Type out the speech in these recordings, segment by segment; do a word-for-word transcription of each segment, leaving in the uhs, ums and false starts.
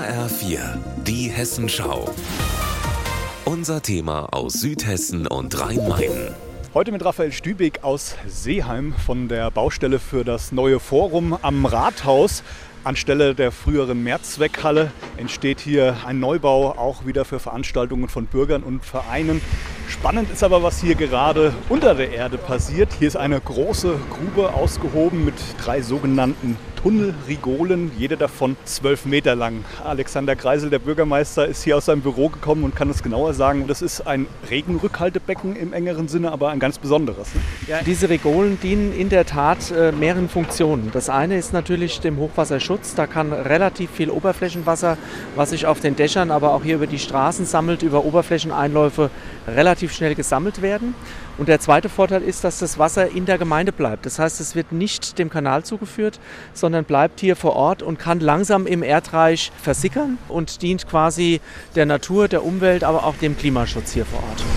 H R vier, die Hessenschau. Unser Thema aus Südhessen und Rhein-Main. Heute mit Raphael Stübig aus Seeheim von der Baustelle für das neue Forum am Rathaus. Anstelle der früheren Mehrzweckhalle entsteht hier ein Neubau, auch wieder für Veranstaltungen von Bürgern und Vereinen. Spannend ist aber, was hier gerade unter der Erde passiert. Hier ist eine große Grube ausgehoben mit drei sogenannten Tunnelrigolen, jede davon zwölf Meter lang. Alexander Kreisel, der Bürgermeister, ist hier aus seinem Büro gekommen und kann es genauer sagen. Das ist ein Regenrückhaltebecken im engeren Sinne, aber ein ganz besonderes. Ja, diese Rigolen dienen in der Tat äh, mehreren Funktionen. Das eine ist natürlich dem Hochwasserschutz. Da kann relativ viel Oberflächenwasser, was sich auf den Dächern, aber auch hier über die Straßen sammelt, über Oberflächeneinläufe relativ schnell gesammelt werden. Und der zweite Vorteil ist, dass das Wasser in der Gemeinde bleibt. Das heißt, es wird nicht dem Kanal zugeführt, sondern bleibt hier vor Ort und kann langsam im Erdreich versickern und dient quasi der Natur, der Umwelt, aber auch dem Klimaschutz hier vor Ort.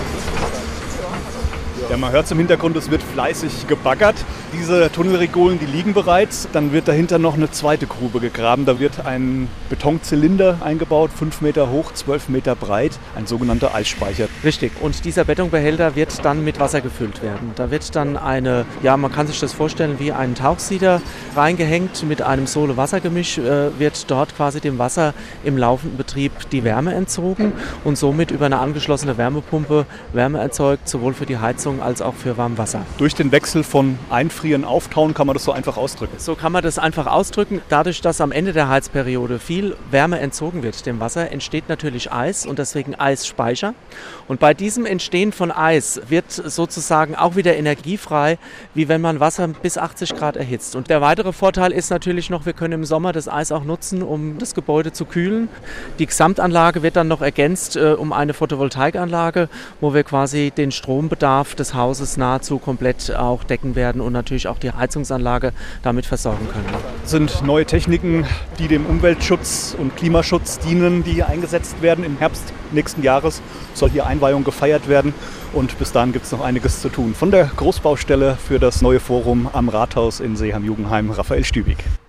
Ja, man hört es im Hintergrund, es wird fleißig gebaggert. Diese Tunnelrigolen, die liegen bereits. Dann wird dahinter noch eine zweite Grube gegraben. Da wird ein Betonzylinder eingebaut, fünf Meter hoch, zwölf Meter breit, ein sogenannter Eisspeicher. Richtig. Und dieser Betonbehälter wird dann mit Wasser gefüllt werden. Da wird dann eine, ja, man kann sich das vorstellen wie einen Tauchsieder reingehängt mit einem Sohle-Wasser-Gemisch, äh, wird dort quasi dem Wasser im laufenden Betrieb die Wärme entzogen und somit über eine angeschlossene Wärmepumpe Wärme erzeugt, sowohl für die Heizung als auch für Warmwasser. Durch den Wechsel von Einfrieren, Auftauen kann man das so einfach ausdrücken? So kann man das einfach ausdrücken. Dadurch, dass am Ende der Heizperiode viel Wärme entzogen wird dem Wasser, entsteht natürlich Eis und deswegen Eisspeicher. Und bei diesem Entstehen von Eis wird sozusagen auch wieder Energie frei, wie wenn man Wasser bis achtzig Grad erhitzt. Und der weitere Vorteil ist natürlich noch, wir können im Sommer das Eis auch nutzen, um das Gebäude zu kühlen. Die Gesamtanlage wird dann noch ergänzt äh, um eine Photovoltaikanlage, wo wir quasi den Strombedarf des Hauses nahezu komplett auch decken werden und natürlich auch die Heizungsanlage damit versorgen können. Das sind neue Techniken, die dem Umweltschutz und Klimaschutz dienen, die hier eingesetzt werden. Im Herbst nächsten Jahres soll hier Einweihung gefeiert werden und bis dahin gibt es noch einiges zu tun. Von der Großbaustelle für das neue Forum am Rathaus in Seeheim-Jugenheim, Raphael Stübig.